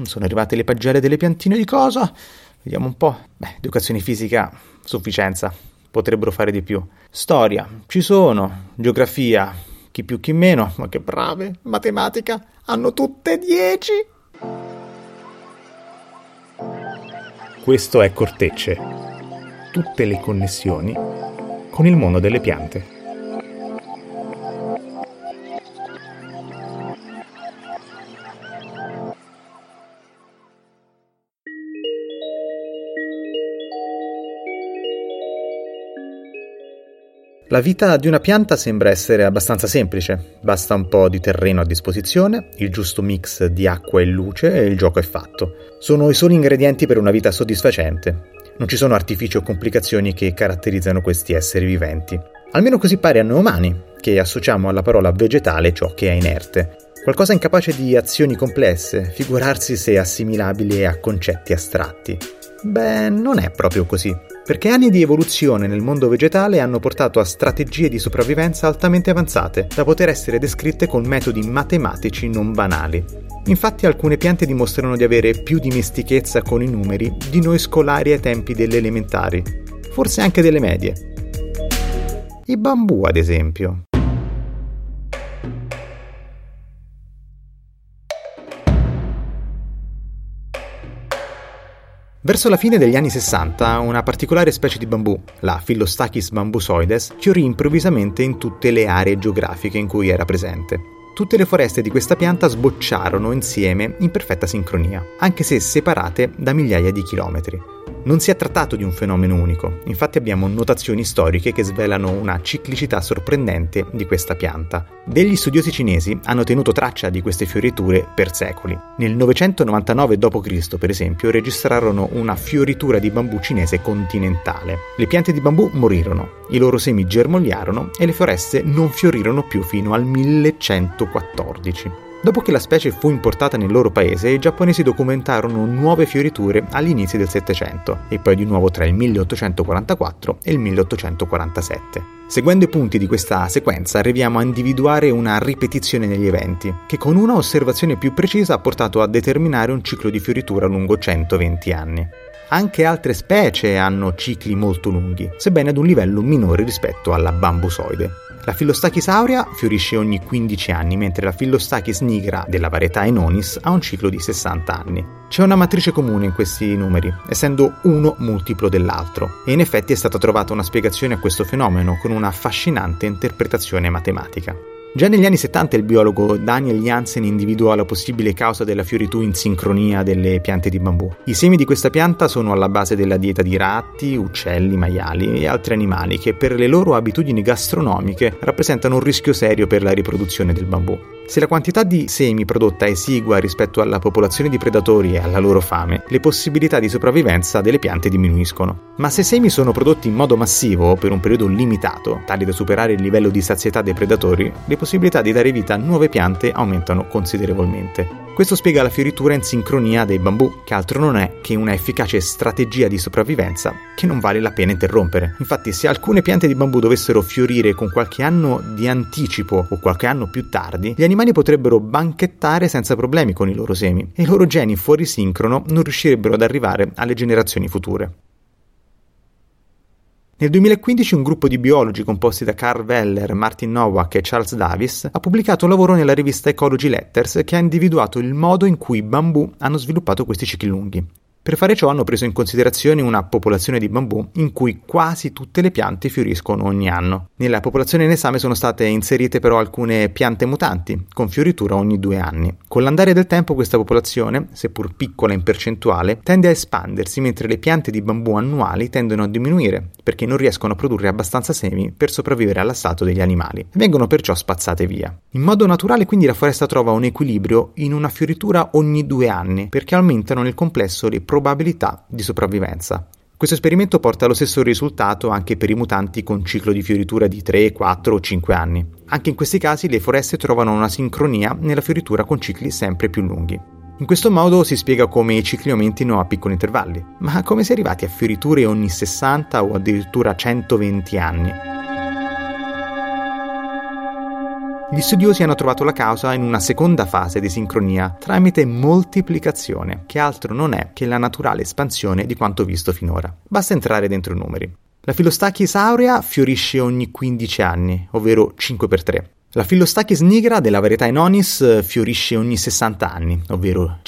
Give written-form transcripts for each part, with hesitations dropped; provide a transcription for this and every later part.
sono arrivate le pagelle delle piantine di cosa? Vediamo un po'. Educazione fisica, sufficienza. Potrebbero fare di più. Storia, ci sono. Geografia, chi più chi meno, ma che brave. Matematica, hanno tutte 10. Questo è Cortecce. Tutte le connessioni con il mondo delle piante. La vita di una pianta sembra essere abbastanza semplice, basta un po' di terreno a disposizione, il giusto mix di acqua e luce e il gioco è fatto. Sono i soli ingredienti per una vita soddisfacente. Non ci sono artifici o complicazioni che caratterizzano questi esseri viventi. Almeno così pare a noi umani, che associamo alla parola vegetale ciò che è inerte. Qualcosa incapace di azioni complesse, figurarsi se assimilabile a concetti astratti. Non è proprio così, perché anni di evoluzione nel mondo vegetale hanno portato a strategie di sopravvivenza altamente avanzate, da poter essere descritte con metodi matematici non banali. Infatti alcune piante dimostrano di avere più dimestichezza con i numeri di noi scolari ai tempi delle elementari, forse anche delle medie. I bambù, ad esempio. Verso la fine degli anni 60, una particolare specie di bambù, la Phyllostachys bambusoides, fiorì improvvisamente in tutte le aree geografiche in cui era presente. Tutte le foreste di questa pianta sbocciarono insieme in perfetta sincronia, anche se separate da migliaia di chilometri. Non si è trattato di un fenomeno unico, infatti abbiamo notazioni storiche che svelano una ciclicità sorprendente di questa pianta. Degli studiosi cinesi hanno tenuto traccia di queste fioriture per secoli. Nel 999 d.C., per esempio, registrarono una fioritura di bambù cinese continentale. Le piante di bambù morirono, i loro semi germogliarono e le foreste non fiorirono più fino al 1114. Dopo che la specie fu importata nel loro paese, i giapponesi documentarono nuove fioriture agli inizi del Settecento e poi di nuovo tra il 1844 e il 1847. Seguendo i punti di questa sequenza arriviamo a individuare una ripetizione negli eventi, che con una osservazione più precisa ha portato a determinare un ciclo di fioritura lungo 120 anni. Anche altre specie hanno cicli molto lunghi, sebbene ad un livello minore rispetto alla bambusoide. La Phyllostachys aurea fiorisce ogni 15 anni, mentre la Phyllostachys nigra della varietà Enonis ha un ciclo di 60 anni. C'è una matrice comune in questi numeri, essendo uno multiplo dell'altro, e in effetti è stata trovata una spiegazione a questo fenomeno con una affascinante interpretazione matematica. Già negli anni 70 il biologo Daniel Jansen individuò la possibile causa della fioritura in sincronia delle piante di bambù. I semi di questa pianta sono alla base della dieta di ratti, uccelli, maiali e altri animali che per le loro abitudini gastronomiche rappresentano un rischio serio per la riproduzione del bambù. Se la quantità di semi prodotta è esigua rispetto alla popolazione di predatori e alla loro fame, le possibilità di sopravvivenza delle piante diminuiscono. Ma se semi sono prodotti in modo massivo per un periodo limitato, tali da superare il livello di sazietà dei predatori, le possibilità di dare vita a nuove piante aumentano considerevolmente. Questo spiega la fioritura in sincronia dei bambù, che altro non è che una efficace strategia di sopravvivenza che non vale la pena interrompere. Infatti, se alcune piante di bambù dovessero fiorire con qualche anno di anticipo o qualche anno più tardi, gli animali potrebbero banchettare senza problemi con i loro semi e i loro geni fuori sincrono non riuscirebbero ad arrivare alle generazioni future. Nel 2015 un gruppo di biologi composti da Carl Weller, Martin Nowak e Charles Davis ha pubblicato un lavoro nella rivista Ecology Letters che ha individuato il modo in cui i bambù hanno sviluppato questi cicli lunghi. Per fare ciò hanno preso in considerazione una popolazione di bambù in cui quasi tutte le piante fioriscono ogni anno. Nella popolazione in esame sono state inserite però alcune piante mutanti, con fioritura ogni 2 anni. Con l'andare del tempo questa popolazione, seppur piccola in percentuale, tende a espandersi mentre le piante di bambù annuali tendono a diminuire, perché non riescono a produrre abbastanza semi per sopravvivere all'assalto degli animali, e vengono perciò spazzate via. In modo naturale quindi la foresta trova un equilibrio in una fioritura ogni 2 anni, perché aumentano nel complesso le probabilità di sopravvivenza. Questo esperimento porta allo stesso risultato anche per i mutanti con ciclo di fioritura di 3, 4 o 5 anni. Anche in questi casi le foreste trovano una sincronia nella fioritura con cicli sempre più lunghi. In questo modo si spiega come i cicli aumentino a piccoli intervalli. Ma come si è arrivati a fioriture ogni 60 o addirittura 120 anni? Gli studiosi hanno trovato la causa in una seconda fase di sincronia tramite moltiplicazione, che altro non è che la naturale espansione di quanto visto finora. Basta entrare dentro i numeri. La Philostachys aurea fiorisce ogni 15 anni, ovvero 5x3. La Philostachys nigra della varietà Enonis fiorisce ogni 60 anni, ovvero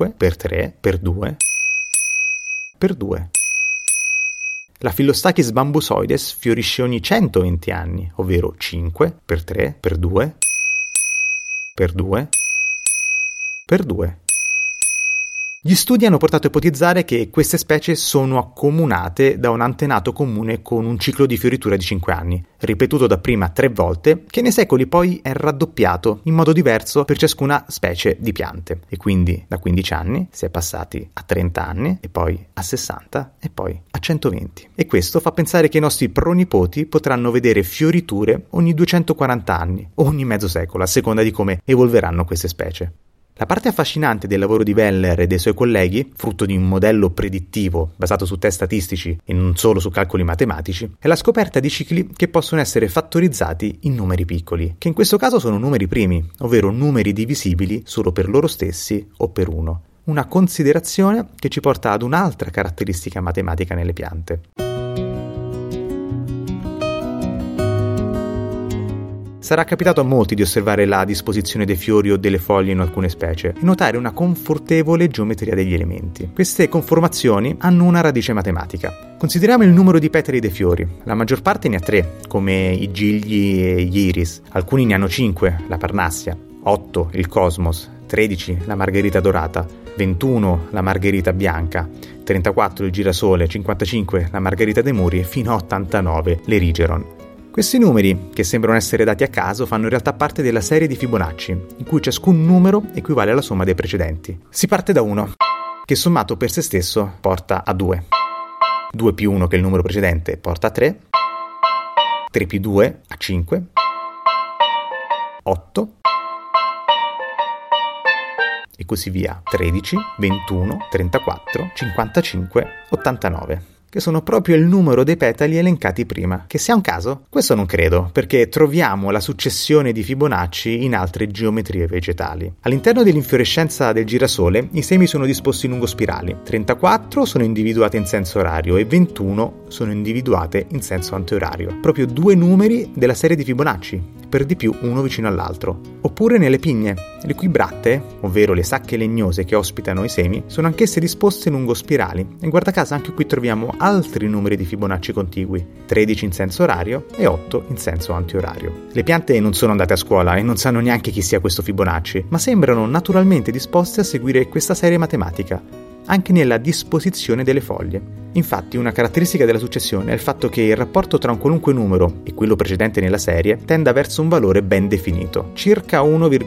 5x3x2x2. La Philostachys bambusoides fiorisce ogni 120 anni, ovvero 5x3x2x2x2. Gli studi hanno portato a ipotizzare che queste specie sono accomunate da un antenato comune con un ciclo di fioritura di 5 anni, ripetuto dapprima 3 volte, che nei secoli poi è raddoppiato in modo diverso per ciascuna specie di piante. E quindi da 15 anni si è passati a 30 anni, e poi a 60, e poi a 120. E questo fa pensare che i nostri pronipoti potranno vedere fioriture ogni 240 anni, o ogni mezzo secolo, a seconda di come evolveranno queste specie. La parte affascinante del lavoro di Weller e dei suoi colleghi, frutto di un modello predittivo basato su test statistici e non solo su calcoli matematici, è la scoperta di cicli che possono essere fattorizzati in numeri piccoli, che in questo caso sono numeri primi, ovvero numeri divisibili solo per loro stessi o per 1. Una considerazione che ci porta ad un'altra caratteristica matematica nelle piante. Sarà capitato a molti di osservare la disposizione dei fiori o delle foglie in alcune specie e notare una confortevole geometria degli elementi. Queste conformazioni hanno una radice matematica. Consideriamo il numero di petali dei fiori. La maggior parte ne ha 3, come i gigli e gli iris. Alcuni ne hanno 5, la parnassia, 8, il cosmos, 13, la margherita dorata, 21, la margherita bianca, 34, il girasole, 55, la margherita dei muri e fino a 89, l'erigeron. Questi numeri, che sembrano essere dati a caso, fanno in realtà parte della serie di Fibonacci, in cui ciascun numero equivale alla somma dei precedenti. Si parte da 1, che sommato per se stesso porta a 2. 2 più 1, che è il numero precedente, porta a 3. 3 più 2 a 5. 8. E così via. 13, 21, 34, 55, 89. Che sono proprio il numero dei petali elencati prima. Che sia un caso? Questo non credo, perché troviamo la successione di Fibonacci in altre geometrie vegetali. All'interno dell'infiorescenza del girasole i semi sono disposti lungo spirali. 34 sono individuate in senso orario e 21 sono individuate in senso antiorario. Proprio 2 numeri della serie di Fibonacci, per di più uno vicino all'altro. Oppure nelle pigne, le cui bratte, ovvero le sacche legnose che ospitano i semi, sono anch'esse disposte lungo spirali. E guarda caso anche qui troviamo altri numeri di Fibonacci contigui, 13 in senso orario e 8 in senso antiorario. Le piante non sono andate a scuola e non sanno neanche chi sia questo Fibonacci, ma sembrano naturalmente disposte a seguire questa serie matematica, anche nella disposizione delle foglie. Infatti, una caratteristica della successione è il fatto che il rapporto tra un qualunque numero e quello precedente nella serie tenda verso un valore ben definito, circa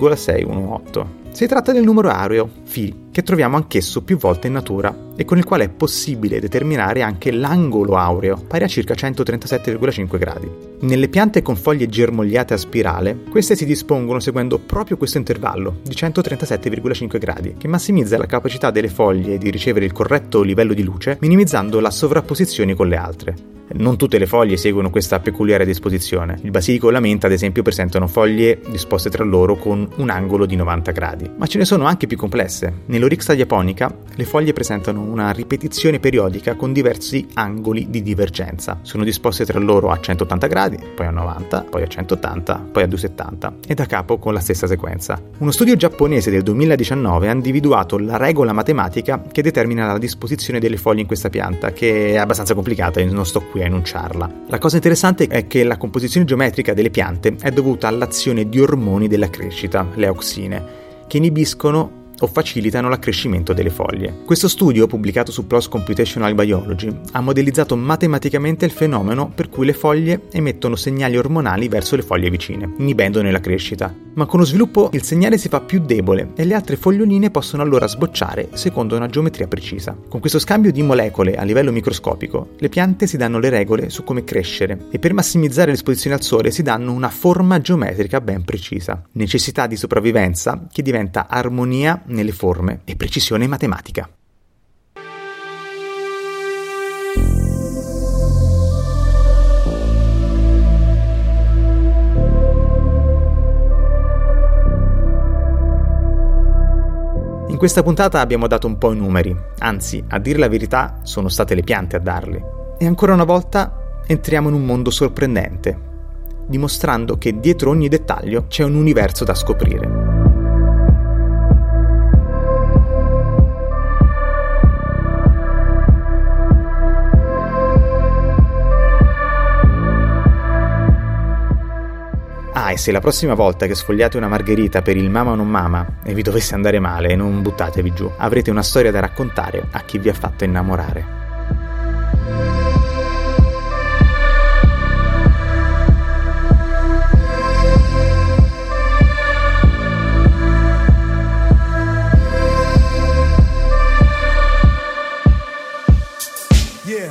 1,618. Si tratta del numero aureo, Φ, che troviamo anch'esso più volte in natura e con il quale è possibile determinare anche l'angolo aureo, pari a circa 137,5 gradi. Nelle piante con foglie germogliate a spirale, queste si dispongono seguendo proprio questo intervallo di 137,5 gradi, che massimizza la capacità delle foglie di ricevere il corretto livello di luce, minimizzando la sovrapposizione con le altre. Non tutte le foglie seguono questa peculiare disposizione. Il basilico e la menta, ad esempio, presentano foglie disposte tra loro con un angolo di 90 gradi. Ma ce ne sono anche più complesse. Nell'Oryxa japonica le foglie presentano una ripetizione periodica con diversi angoli di divergenza. Sono disposte tra loro a 180 gradi, poi a 90, poi a 180, poi a 270 e da capo con la stessa sequenza. Uno studio giapponese del 2019 ha individuato la regola matematica che determina la disposizione delle foglie in questa pianta, che è abbastanza complicata e non sto qui a enunciarla. La cosa interessante è che la composizione geometrica delle piante è dovuta all'azione di ormoni della crescita, le auxine, che inibiscono o facilitano l'accrescimento delle foglie. Questo studio, pubblicato su PLOS Computational Biology, ha modellizzato matematicamente il fenomeno per cui le foglie emettono segnali ormonali verso le foglie vicine, inibendone la crescita. Ma con lo sviluppo il segnale si fa più debole e le altre foglioline possono allora sbocciare secondo una geometria precisa. Con questo scambio di molecole a livello microscopico, le piante si danno le regole su come crescere e per massimizzare l'esposizione al sole si danno una forma geometrica ben precisa. Necessità di sopravvivenza che diventa armonia nelle forme e precisione matematica. In questa puntata abbiamo dato un po' i numeri, anzi, a dire la verità, sono state le piante a darli. E ancora una volta entriamo in un mondo sorprendente, dimostrando che dietro ogni dettaglio c'è un universo da scoprire. E se la prossima volta che sfogliate una margherita per il mama o non mama e vi dovesse andare male, non buttatevi giù, avrete una storia da raccontare a chi vi ha fatto innamorare.